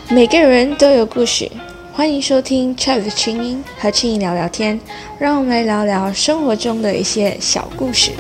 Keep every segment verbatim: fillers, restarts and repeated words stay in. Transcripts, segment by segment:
每个人都有故事，欢迎收听 Chat with 青音，和青音聊聊天，让我们来聊聊生活中的一些小故事。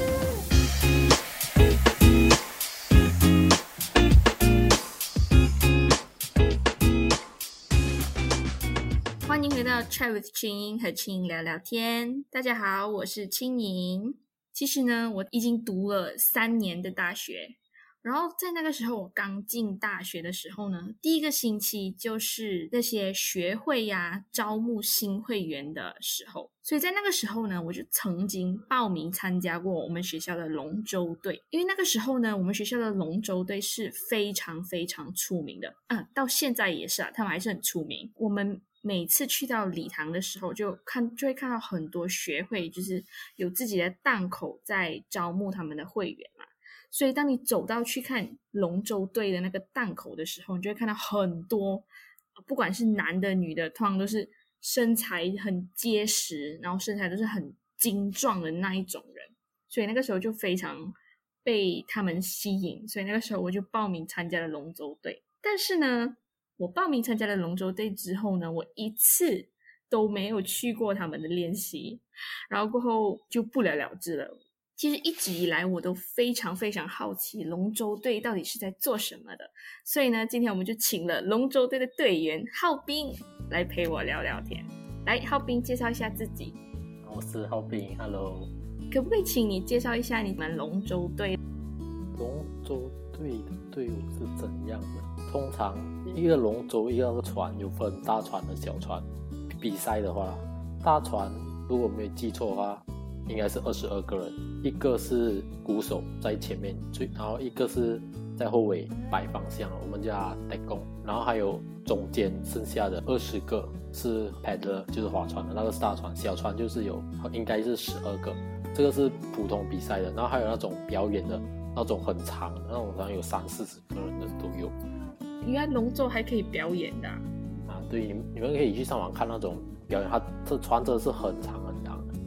欢迎回到 Chat with 青音，和青音聊聊天。大家好，我是青音。其实呢，我已经读了三年的大学。然后在那个时候我刚进大学的时候呢，第一个星期就是那些学会呀招募新会员的时候，所以在那个时候呢，我就曾经报名参加过我们学校的龙舟队。因为那个时候呢，我们学校的龙舟队是非常非常出名的，嗯，到现在也是啊，他们还是很出名。我们每次去到礼堂的时候就看就会看到很多学会就是有自己的档口在招募他们的会员嘛。所以当你走到去看龙舟队的那个档口的时候，你就会看到很多不管是男的女的，通常都是身材很结实，然后身材都是很精壮的那一种人。所以那个时候就非常被他们吸引，所以那个时候我就报名参加了龙舟队。但是呢，我报名参加了龙舟队之后呢，我一次都没有去过他们的练习，然后过后就不了了之了。其实一直以来我都非常非常好奇龙舟队到底是在做什么的，所以呢，今天我们就请了龙舟队的队员浩斌来陪我聊聊天。来，浩斌介绍一下自己。 我是浩斌 ，Hello。 可不可以请你介绍一下你们龙舟队？ 龙舟队的队伍是怎样的？通常一个龙舟一个船有分大船和小船。比赛的话，大船如果没有记错的话，应该是二十二个人，一个是鼓手在前面，然后一个是在后尾摆方向，我们叫代工，然后还有中间剩下的二十个是 paddler， 就是划船的，那个是大船，小船就是有应该是十二个，这个是普通比赛的，然后还有那种表演的，那种很长的，那种好像有三四十个人的都有。 原来龙舟还可以表演的啊？ 啊对，你们可以去上网看那种表演，它这船真的是很长很长的。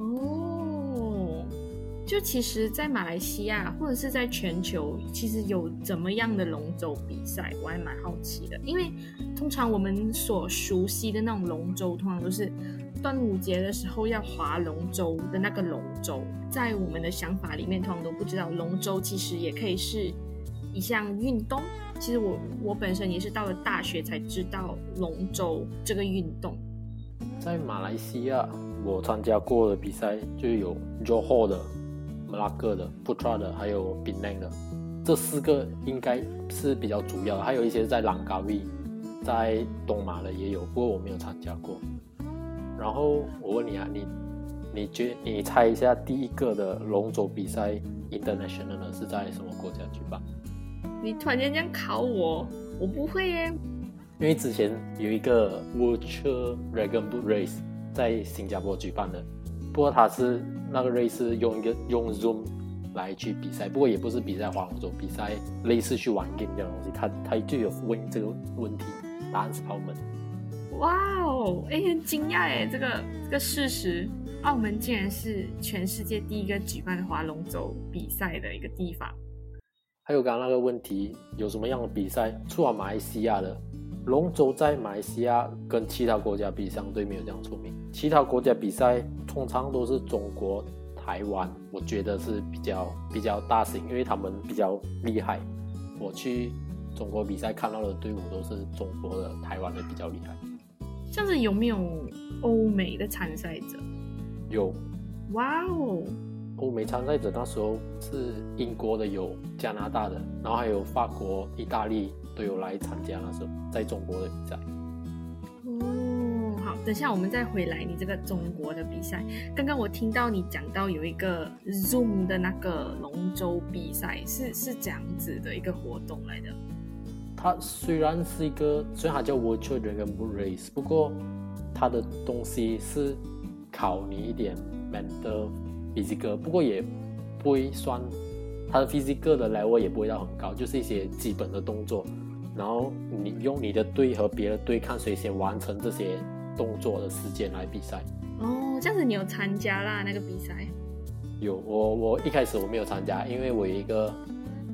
就其实在马来西亚或者是在全球，其实有怎么样的龙舟比赛，我还蛮好奇的。因为通常我们所熟悉的那种龙舟，通常都是端午节的时候要划龙舟的那个龙舟，在我们的想法里面通常都不知道龙舟其实也可以是一项运动。其实我我本身也是到了大学才知道龙舟这个运动。 在马来西亚我参加过的比赛就有 Johor 的、Melaka 的、Putra 的，还有 Penang 的，这四个应该是比较主要的，还有一些在兰卡威，在东马的也有，不过我没有参加过。然后我问你啊，你你觉你猜一下，第一个的龙舟比赛 International 呢是在什么国家举办？ 你突然间这样考我，我不会耶。 因为之前有一个 Virtual Dragon Boat Race 在新加坡举办的，不过它是那个 race 是用一个用 Zoom 来去比赛，不过也不是比赛划龙舟，比赛类似去玩 game 这样的东西，他他就有问这个问题，答案是澳门。 哇哦，哎，很惊讶哎，这个这个事实，澳门竟然是全世界第一个举办划龙舟比赛的一个地方。 还有刚刚那个问题，有什么样的比赛？除了马来西亚的龙舟，在马来西亚跟其他国家比相对没有这样出名。其他国家比赛通常都是中国、台湾，我觉得是比较比较大型，因为他们比较厉害。我去中国比赛看到的队伍都是中国的、台湾的比较厉害。 这样子有没有欧美的参赛者？ 有。 哇哦！ 欧美参赛者那时候是英国的有，加拿大的，然后还有法国、意大利都有来参加那时候在中国的比赛。 哦，好，等下我们再回来你这个中国的比赛。刚刚我听到你讲到有一个 Zoom 的那个龙舟比赛，是是这样子的一个活动来的。 它虽然是一个，虽然它叫 Virtual Dragon Boat Race， 不过它的东西是考你一点 mental、physical， 不过也不会算它的 physical 的 level 也不会到很高，就是一些基本的动作，然后你用你的队和别的队看谁先完成这些动作的时间来比赛。 哦，这样子你有参加啦那个比赛？ 有，我我一开始我没有参加，因为我有一个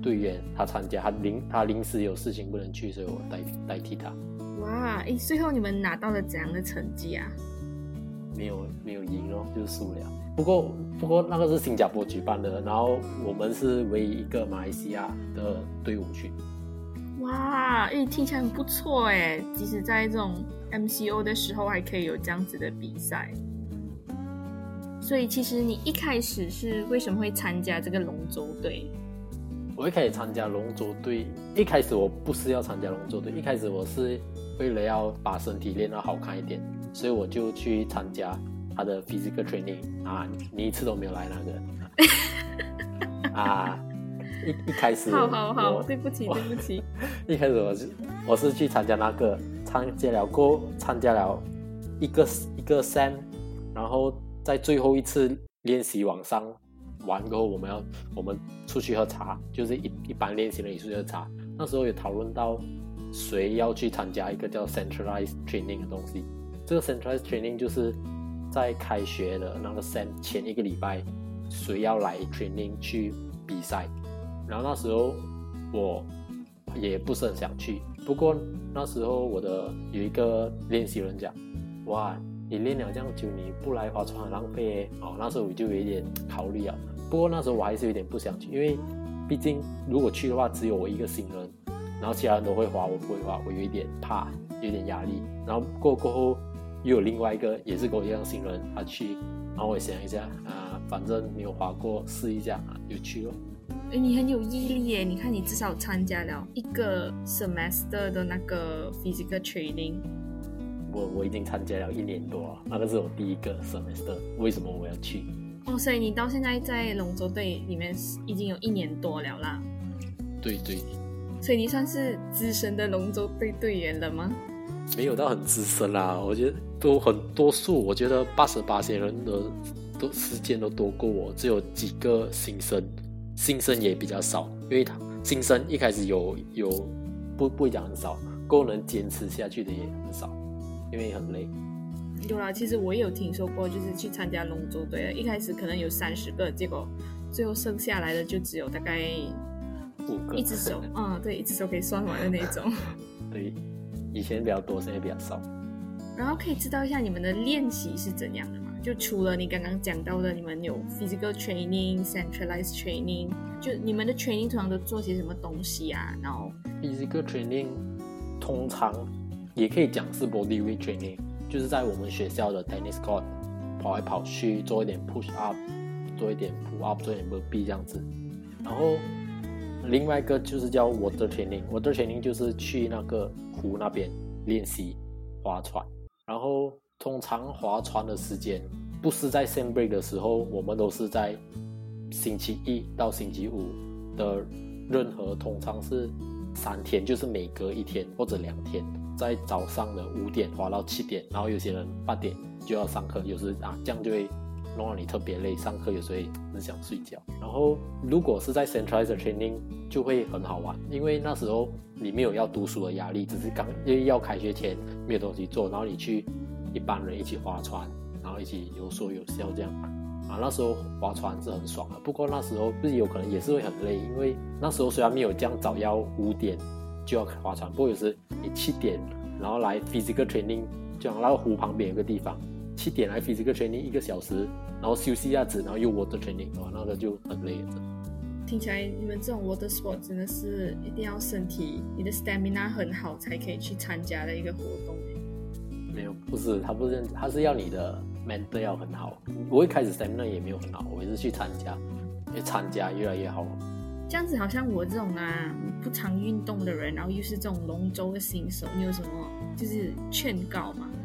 队员他参加，他临他临时有事情不能去，所以我代代替他。 哇，诶，最后你们拿到了怎样的成绩啊？ 没有没有赢咯，就输了。不过不过那个是新加坡举办的，然后我们是唯一一个马来西亚的队伍去。 哇，诶，听起来很不错诶，即使在这种 M C O 的时候还可以有这样子的比赛。所以其实你一开始是为什么会参加这个龙舟队？ 我一开始参加龙舟队，一开始我不是要参加龙舟队，一开始我是为了要把身体练得好看一点，所以我就去参加他的 physical training 啊，你一次都没有来那个啊，一一开始好好好，对不起对不起， 一开始我是我是去参加那个，参加了过参加了一个一个 set， 然后在最后一次练习往上完过后，我们要我们出去喝茶，就是一一般练习的出去喝茶。那时候有讨论到谁要去参加一个叫 centralized training 的东西。这个 centralized training 就是在开学的那个 sem 前一个礼拜，谁要来 training 去比赛。然后那时候我也不是很想去，不过那时候我的有一个练习人讲，哇，你练了这样久，你不来划船很浪费耶。哦，那时候我就有一点考虑了。不过那时候我还是有点不想去，因为毕竟如果去的话，只有我一个新人，然后其他人都会划，我不会划，我有一点怕，有点压力。然后过过后又有另外一个也是跟我一样新人，他去，然后我想一下啊，反正没有划过，试一下啊，就去了。 诶，你很有毅力耶！你看，你至少参加了一个 semester 的那个 physical training。 我我已经参加了一年多了，那个是我第一个 semester。为什么我要去？ 哦，所以你到现在在龙舟队里面已经有一年多了啦。 对对。 所以你算是资深的龙舟队队员了吗？ 没有到很资深啦，我觉得都很多数，我觉得八十八些人的都时间都多过我，只有几个新生，新生也比较少，因为他新生一开始有有不不会讲很少，够能坚持下去的也很少，因为很累。 有啦，其实我也有听说过，就是去参加龙舟队的，一开始可能有三十个，结果最后剩下来的就只有大概五个， 一只手，嗯，对，一只手可以算完的那种。 对，以前比较多，现在比较少。 然后可以知道一下你们的练习是怎样的吗？就除了你刚刚讲到的，你们有 physical training、centralized training， 就你们的 training 通常都做些什么东西啊？然后 physical training 通常也可以讲是 body weight training， 就是在我们学校的 tennis court 跑来跑去，做一点 push up， 做一点 pull up， 做一点 burpee 这样子。然后另外一个就是叫 water training，water training 就是去那个湖那边练习划船。然后通常划船的时间不是在 sem break 的时候，我们都是在星期一到星期五的任何，通常是三天，就是每隔一天或者两天，在早上的五点划到七点，然后有些人八点就要上课，有时啊这样就会弄到你特别累，上课有时候很想睡觉。然后如果是在 centralized training 就会很好玩，因为那时候你没有要读书的压力，只是刚因为要开学前没有东西做，然后你去一帮人一起划船，然后一起有说有笑这样啊，那时候划船是很爽的。不过那时候自己有可能也是会很累，因为那时候虽然没有这样早要五点就要划船，不过有时你七点然后来 physical training， 就像那个湖旁边有个地方，七点来 physical training 一个小时，然后休息一下子，然后又 water training， 哇，那个就很累了。 听起来你们这种 water sport 真的是一定要身体你的 stamina 很好才可以去参加的一个活动。 没有，不是，他不是，他是要你的 mental 要很好。我一开始 stamina 也没有很好，我也是去参加，越参加越来越好。 这样子好像我这种啊不常运动的人，然后又是这种龙舟的新手，你有什么就是劝告吗？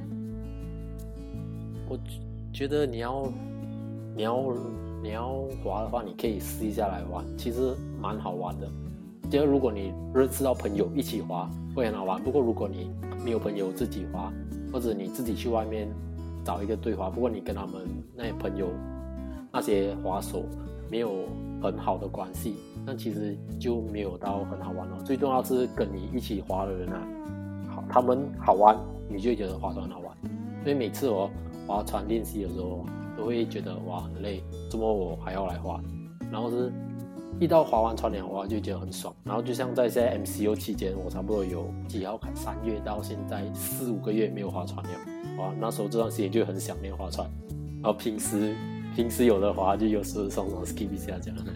我觉得你要你要你要滑的话，你可以试一下来玩，其实蛮好玩的。就如果你认识到朋友一起滑会很好玩，不过如果你没有朋友自己滑，或者你自己去外面找一个队滑，不过你跟他们那些朋友那些滑手没有很好的关系，那其实就没有到很好玩了。最重要是跟你一起滑的人啊，好，他们好玩，你就会觉得划船很好玩。所以每次我划船练习的时候，都会觉得哇很累，怎么我还要来划？然后是一到划完船了的话就觉得很爽。然后就像在现在 M C O 期间，我差不多有几号看三月到现在四五个月没有划船了，哇，那时候这段时间就很想念划船。然后平时平时有的划就有时稍稍 skip 一下这样。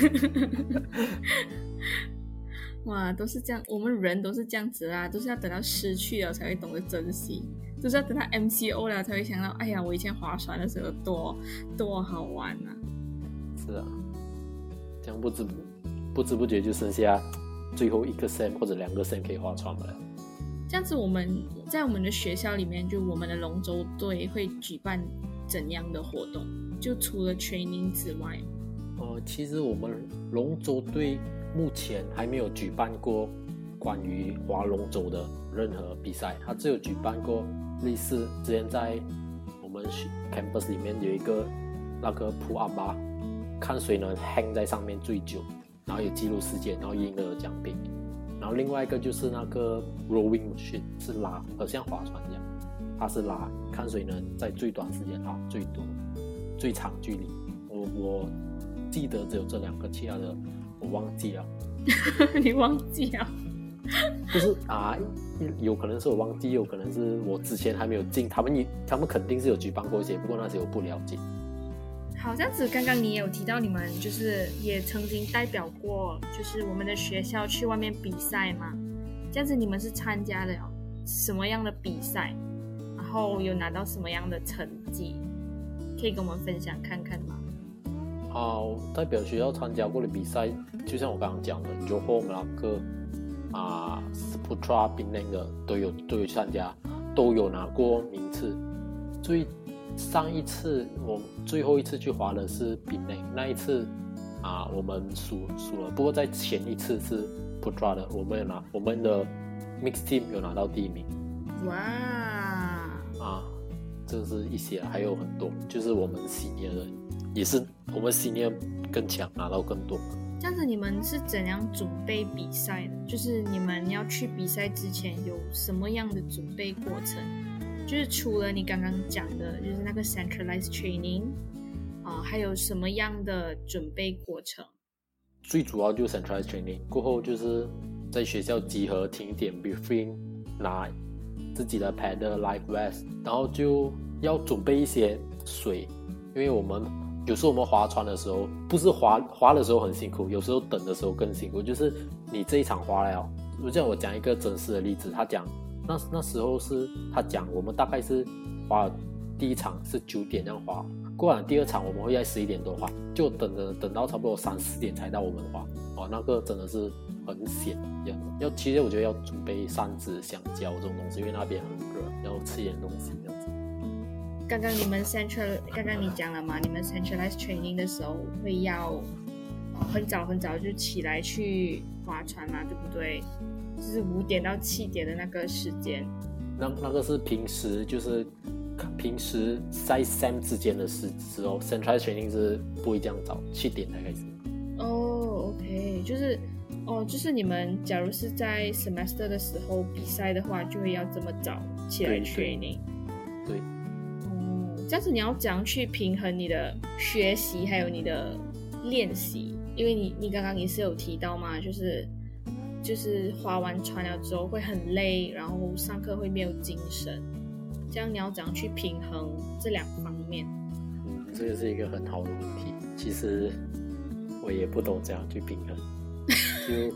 哇，都是这样，我们人都是这样子啦，都是要等到失去了才会懂得珍惜，都是要等到 M C O 了才会想到，哎呀，我以前划船的时候多多好玩啊！ 是啊，这样不知不不知不觉就剩下最后一个 sem 或者两个 sem 可以划船了。 这样子，我们在我们的学校里面，就我们的龙舟队会举办怎样的活动？就除了 training 之外， 呃，其实我们龙舟队目前还没有举办过关于划龙舟的任何比赛，它只有举办过类似之前在我们 campus 里面有一个那个 pull up bar， 看谁能 hang 在上面最久，然后有记录时间，然后赢了有奖品。然后另外一个就是那个 rowing machine， 是拉，好像划船一样，它是拉，看谁能在最短时间拉最多、最长距离。我我记得只有这两个，其他的我忘记了。 你忘记了？ 不是啊，有可能是我忘记，有可能是我之前还没有进，他们他们肯定是有举办过一些，不过那些我不了解。 好，这样子刚刚你也有提到你们就是也曾经代表过就是我们的学校去外面比赛嘛，这样子你们是参加了什么样的比赛，然后有拿到什么样的成绩，可以跟我们分享看看吗？ 啊，代表学校参加过的比赛，就像我刚刚讲的 Johor Melaka 啊 Putra Penang 的都有都有参加，都有拿过名次。最上一次我最后一次去划的是 Penang， 那一次啊我们输输了，不过在前一次是 Putra 的，我们有拿我们的 Mixed Team 有拿到第一名。 哇！ 啊，这是一些，还有很多，就是我们 senior 的，也是我们 senior 更强，拿到更多。 这样子你们是怎样准备比赛的？就是你们要去比赛之前有什么样的准备过程？就是除了你刚刚讲的，就是那个 centralized training 啊、呃，还有什么样的准备过程？ 最主要就是 centralized training， 过后就是在学校集合，听一点 briefing， 拿自己的 paddle、life vest， 然后就要准备一些水，因为我们有时候我们划船的时候，不是划划的时候很辛苦，有时候等的时候更辛苦。就是你这一场划了，我叫我讲一个真实的例子，他讲那那时候是他讲我们大概是划第一场是九点这样划，过完第二场我们会在十一点多划，就等着等到差不多三四点才到我们划，哦，那个真的是很险。要其实我觉得要准备扇子、香蕉这种东西，因为那边很热，然后吃一点东西这样子。 刚刚你们 central， 刚刚你讲了嘛，你们 centralized training 的时候会要、哦、很早很早就起来去划船嘛，对不对？就是五点到七点的那个时间。 那那个是平时，就是平时在 sem 之间的时时候 ，centralized training 是不会这样早，七点才开始。 哦 ，OK， 就是哦，就是你们假如是在 semester 的时候比赛的话，就会要这么早起来 training。 对。对这样子你要怎样去平衡你的学习还有你的练习？因为你你刚刚也是有提到嘛，就是就是划完船了之后会很累，然后上课会没有精神，这样你要怎样去平衡这两方面？ 嗯，这个是一个很好的问题。其实我也不懂怎样去平衡。就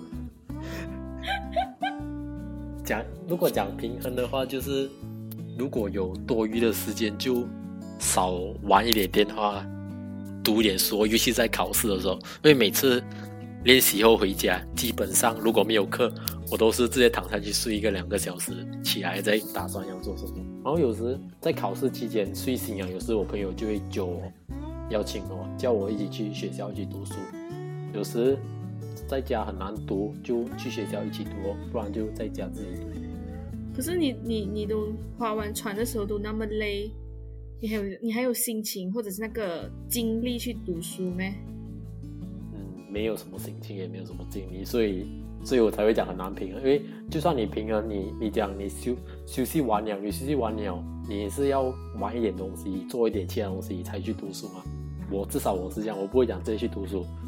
讲如果讲平衡的话，就是如果有多余的时间就少玩一点电话，读一点书，尤其在考试的时候，因为每次练习后回家，基本上如果没有课，我都是直接躺下去睡一个两个小时，起来再打算要做什么。然后有时在考试期间睡醒了，有时我朋友就会叫我邀请我，叫我一起去学校一起读书。有时在家很难读，就去学校一起读哦，不然就在家自己读。 可是你你你都划完船的时候都那么累，你还有你还有心情或者是那个精力去读书咩？ 嗯，没有什么心情，也没有什么精力，所以所以我才会讲很难平衡。因为就算你平衡，你你讲你休休息完了，你休息完了，你也是要玩一点东西，做一点其他东西才去读书嘛。我至少我是这样，我不会讲直接去读书，因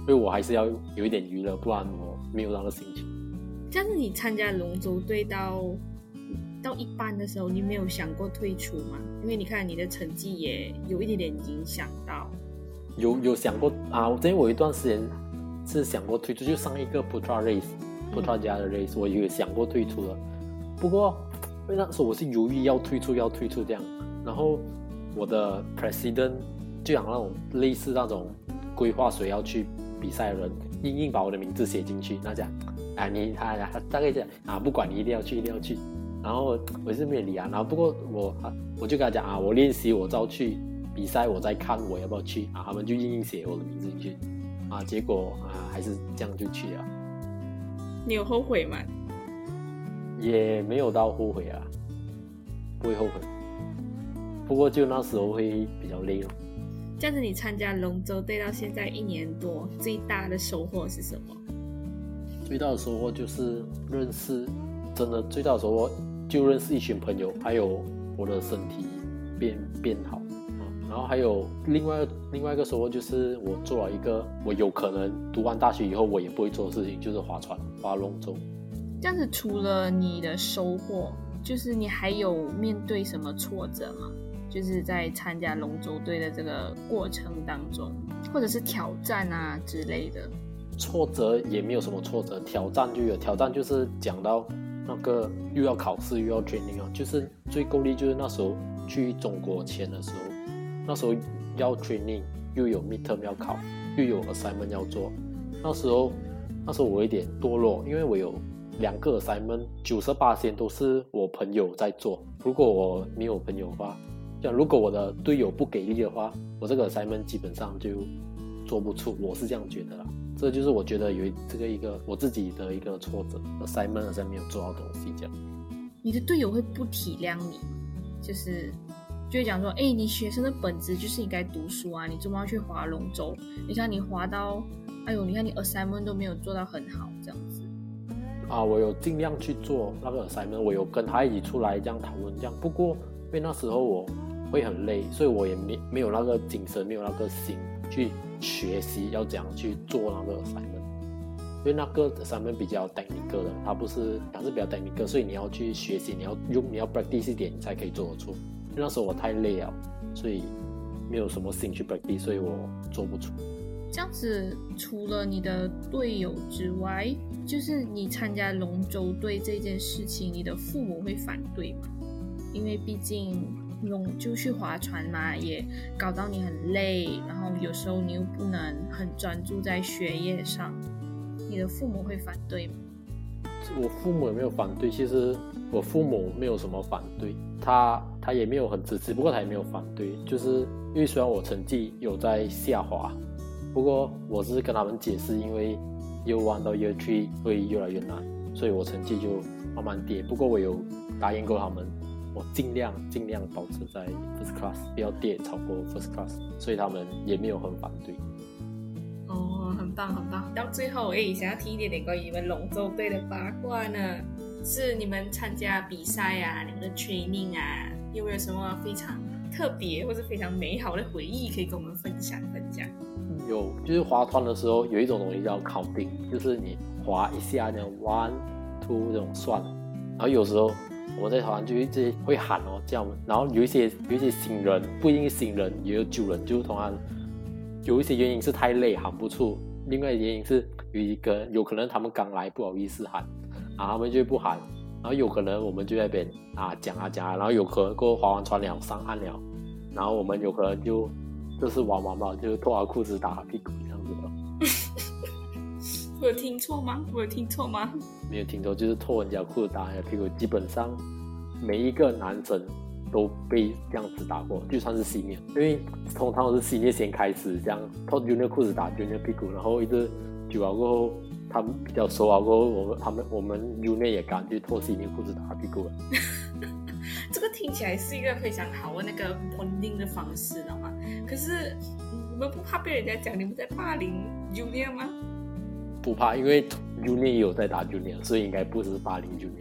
所以我还是要有一点娱乐，不然我没有那个心情。 这样子你参加龙舟队到到一半的时候，你没有想过退出吗？因为你看你的成绩也有一点点影响到。 有有想过啊，因为我有一段时间是想过退出，就上一个 Putra Race、Putra 家的 race， 我有想过退出的。不过因为那时候我是犹豫要退出要退出这样，然后我的 president 就讲那种类似那种规划谁要去比赛的人，硬硬把我的名字写进去，那讲啊你他他大概讲啊不管你一定要去一定要去，然后我是没有理啊，然后不过我我就跟他讲啊我练习我照去。比赛我在看我要不要去啊，他们就硬硬写我的名字进去啊，结果啊还是这样就去了。 你有后悔吗？ 也没有到后悔啊，不会后悔。不过就那时候会比较累咯。 这样子你参加龙舟队到现在一年多，最大的收获是什么？ 最大的收获就是认识，真的最大的收获就认识一群朋友，还有我的身体变变好。然后还有另外另外一个收获就是我做了一个我有可能读完大学以后我也不会做的事情，就是划船划龙舟。 这样子除了你的收获，就是你还有面对什么挫折吗？就是在参加龙舟队的这个过程当中，或者是挑战啊之类的。 挫折也没有什么挫折，挑战就有挑战，就是讲到那个又要考试又要 training 啊，就是最够力就是那时候去中国前的时候，那时候要 training 又有 midterm 要考，又有 assignment 要做。那时候那时候我有点堕落，因为我有两个 assignment， 九十八%都是我朋友在做。如果我没有朋友的话，像如果我的队友不给力的话，我这个 assignment 基本上就做不出，我是这样觉得啦。这就是我觉得有这个一个我自己的一个挫折 ，assignment 好像没有做到东西这样。 你的队友会不体谅你，就是就会讲说，哎，你学生的本质就是应该读书啊，你怎么要去划龙舟？你看你划到，哎呦，你看你 assignment 都没有做到很好，这样子。 啊，我有尽量去做那个 assignment， 我有跟他一起出来这样讨论这样。不过因为那时候我会很累，所以我也没没有那个精神，没有那个心去学习要怎样去做那个 assignment。因为那个 assignment 比较 technical 的，它不是它是比较 technical， 所以你要去学习，你要用你要 practice 一点，你才可以做得出。因为那时候我太累了，所以没有什么心去 practice， 所以我做不出。 这样子，除了你的队友之外，就是你参加龙舟队这件事情，你的父母会反对吗？因为毕竟龙就去划船嘛，也搞到你很累，然后有时候你又不能很专注在学业上，你的父母会反对吗？ 我父母也没有反对，其实我父母没有什么反对，他他也没有很支持，不过他也没有反对，就是因为虽然我成绩有在下滑，不过我是跟他们解释，因为 year one 到 year three 会越来越难，所以我成绩就慢慢跌。不过我有答应过他们，我尽量尽量保持在 first class， 不要跌超过 first class， 所以他们也没有很反对。 哦，很棒很棒。到最后，哎，想要听一点点关于你们龙舟队的八卦呢，是你们参加比赛啊，你们的 training 啊，有没有什么非常特别或是非常美好的回忆可以跟我们分享分享？ 有，就是划船的时候有一种东西叫 counting， 就是你划一下那 one two 这种算，然后有时候我们在船就一直会喊哦，这样，然后有一些有一些新人，不一定是新人，也有旧人，就通常有一些原因是太累喊不出，另外原因是有一个有可能他们刚来不好意思喊啊，他们就不喊，然后有可能我们就在那边啊讲啊讲啊，然后有可能过后划完船了上岸了，然后我们有可能就就是玩玩吧，就脱好裤子打屁股这样子的。 我有听错吗？我有听错吗？ 没有听错，就是脱人家裤子打人家屁股。基本上每一个男生都被这样子打过，就算是 senior， 因为通常都是 senior 先开始这样脱 junior 裤子打 junior 屁股，然后一直久了过后，他们比较熟了过后，我们他们我们 junior 也敢去脱 senior 裤子打屁股了。 这个听起来是一个非常好的那个 bonding 的方式的嘛？可是你们不怕被人家讲你们在霸凌 junior 吗？ 不怕，因为 junior 也有在打 junior， 所以应该不是霸凌 junior。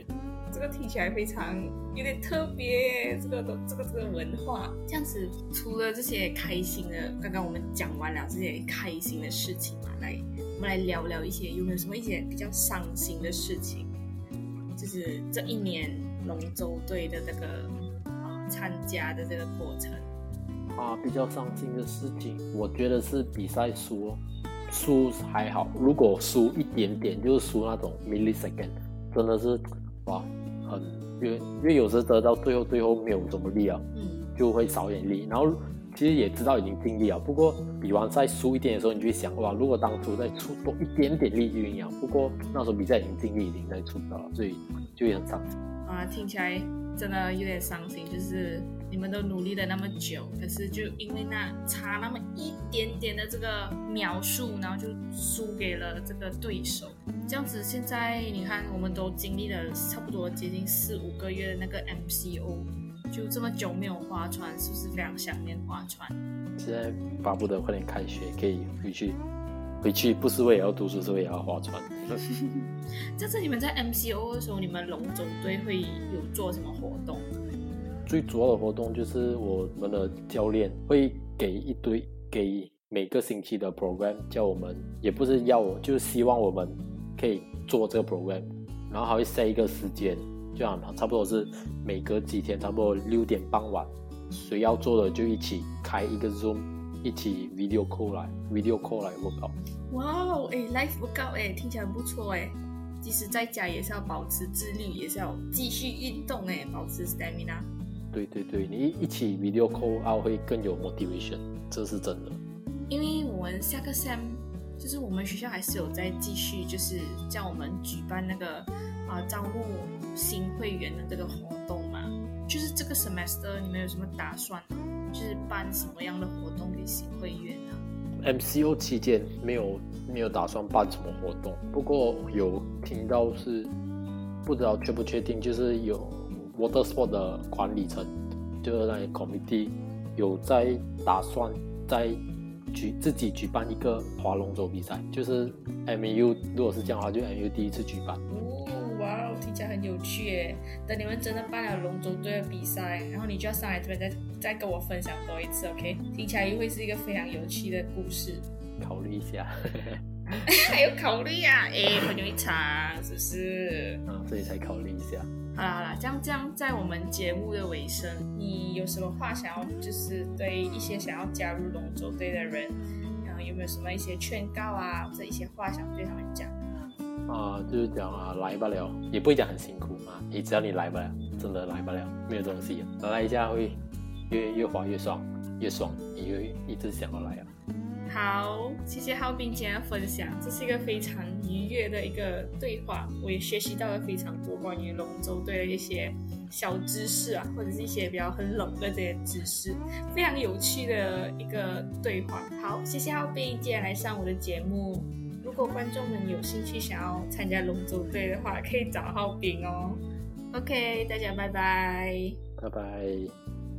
这个听起来非常有点特别耶，这个这个这个文化。这样子，除了这些开心的，刚刚我们讲完了这些开心的事情嘛，来我们来聊聊一些有没有什么一些比较伤心的事情，就是这一年龙舟队的这个啊参加的这个过程。 啊，比较伤心的事情，我觉得是比赛输，输还好，如果输一点点，就是输那种 millisecond， 真的是哇，很因为因为有时得到最后最后没有什么力啊，嗯，就会少一点力，然后其实也知道已经尽力了，不过比完赛输一点的时候，你就会想哇，如果当初再出多一点点力就赢了，不过那时候比赛已经尽力，已经在出不到了，所以就会很伤心啊，听起来真的有点伤心，就是你们都努力了那么久，可是就因为那差那么一点点的这个秒数，然后就输给了这个对手。这样子，现在你看，我们都经历了差不多接近四五个月的那个 M C O， 就这么久没有划船，是不是非常想念划船？ 现在巴不得快点开学，可以回去。回去不是为了要读书，是为了要划船。 这次你们在 M C O 的时候，你们龙舟队会有做什么活动？ 最主要的活动就是我们的教练会给一堆给每个星期的 program， 叫我们也不是要我，就是希望我们可以做这个 program， 然后还会 set 一个时间，就好差不多是每隔几天，差不多六点傍晚，谁要做的就一起开一个 Zoom， 一起 video call 来 video call 来 workout。 哇哦，哎 ，live workout 哎，听起来很不错哎。即使在家也是要保持自律，也是要继续运动哎，保持 stamina。 对对对，你一起 video call out 会更有 motivation， 这是真的。 因为我们下个 sem 就是我们学校还是有在继续，就是叫我们举办那个啊、呃、招募新会员的这个活动嘛。就是这个 semester 你们有什么打算？就是办什么样的活动给新会员呢 ？M C O 期间没有没有打算办什么活动，不过有听到是不知道确不确定，就是有 water sport 的管理层，就是那些 committee 有在打算在举自己举办一个划龙舟比赛，就是 M A U 如果是这样的话，就 M A U 第一次举办。 哦，哇，听起来很有趣耶！等你们真的办了龙舟队的比赛，然后你就要上来这边再再跟我分享多一次 ，OK？ 听起来又会是一个非常有趣的故事。 考虑一下。 还有考虑啊，哎，很有一场，是不是？ 啊，所以才考虑一下。 好啦好啦，这样这样，在我们节目的尾声，你有什么话想要，就是对一些想要加入龙舟队的人，然后有没有什么一些劝告啊，或者一些话想对他们讲？ 啊，就是讲啊，来不了，也不会讲很辛苦啊，你只要你来不了，真的来不了，没有东西，来一下会越越滑越爽，越爽，你会一直想要来啊。 好，谢谢浩斌今天的分享，这是一个非常愉悦的一个对话，我也学习到了非常多关于龙舟队的一些小知识啊，或者是一些比较很冷的这些知识，非常有趣的一个对话。好，谢谢浩斌今天来上我的节目。如果观众们有兴趣想要参加龙舟队的话，可以找浩斌哦。OK， 大家拜拜， 拜拜。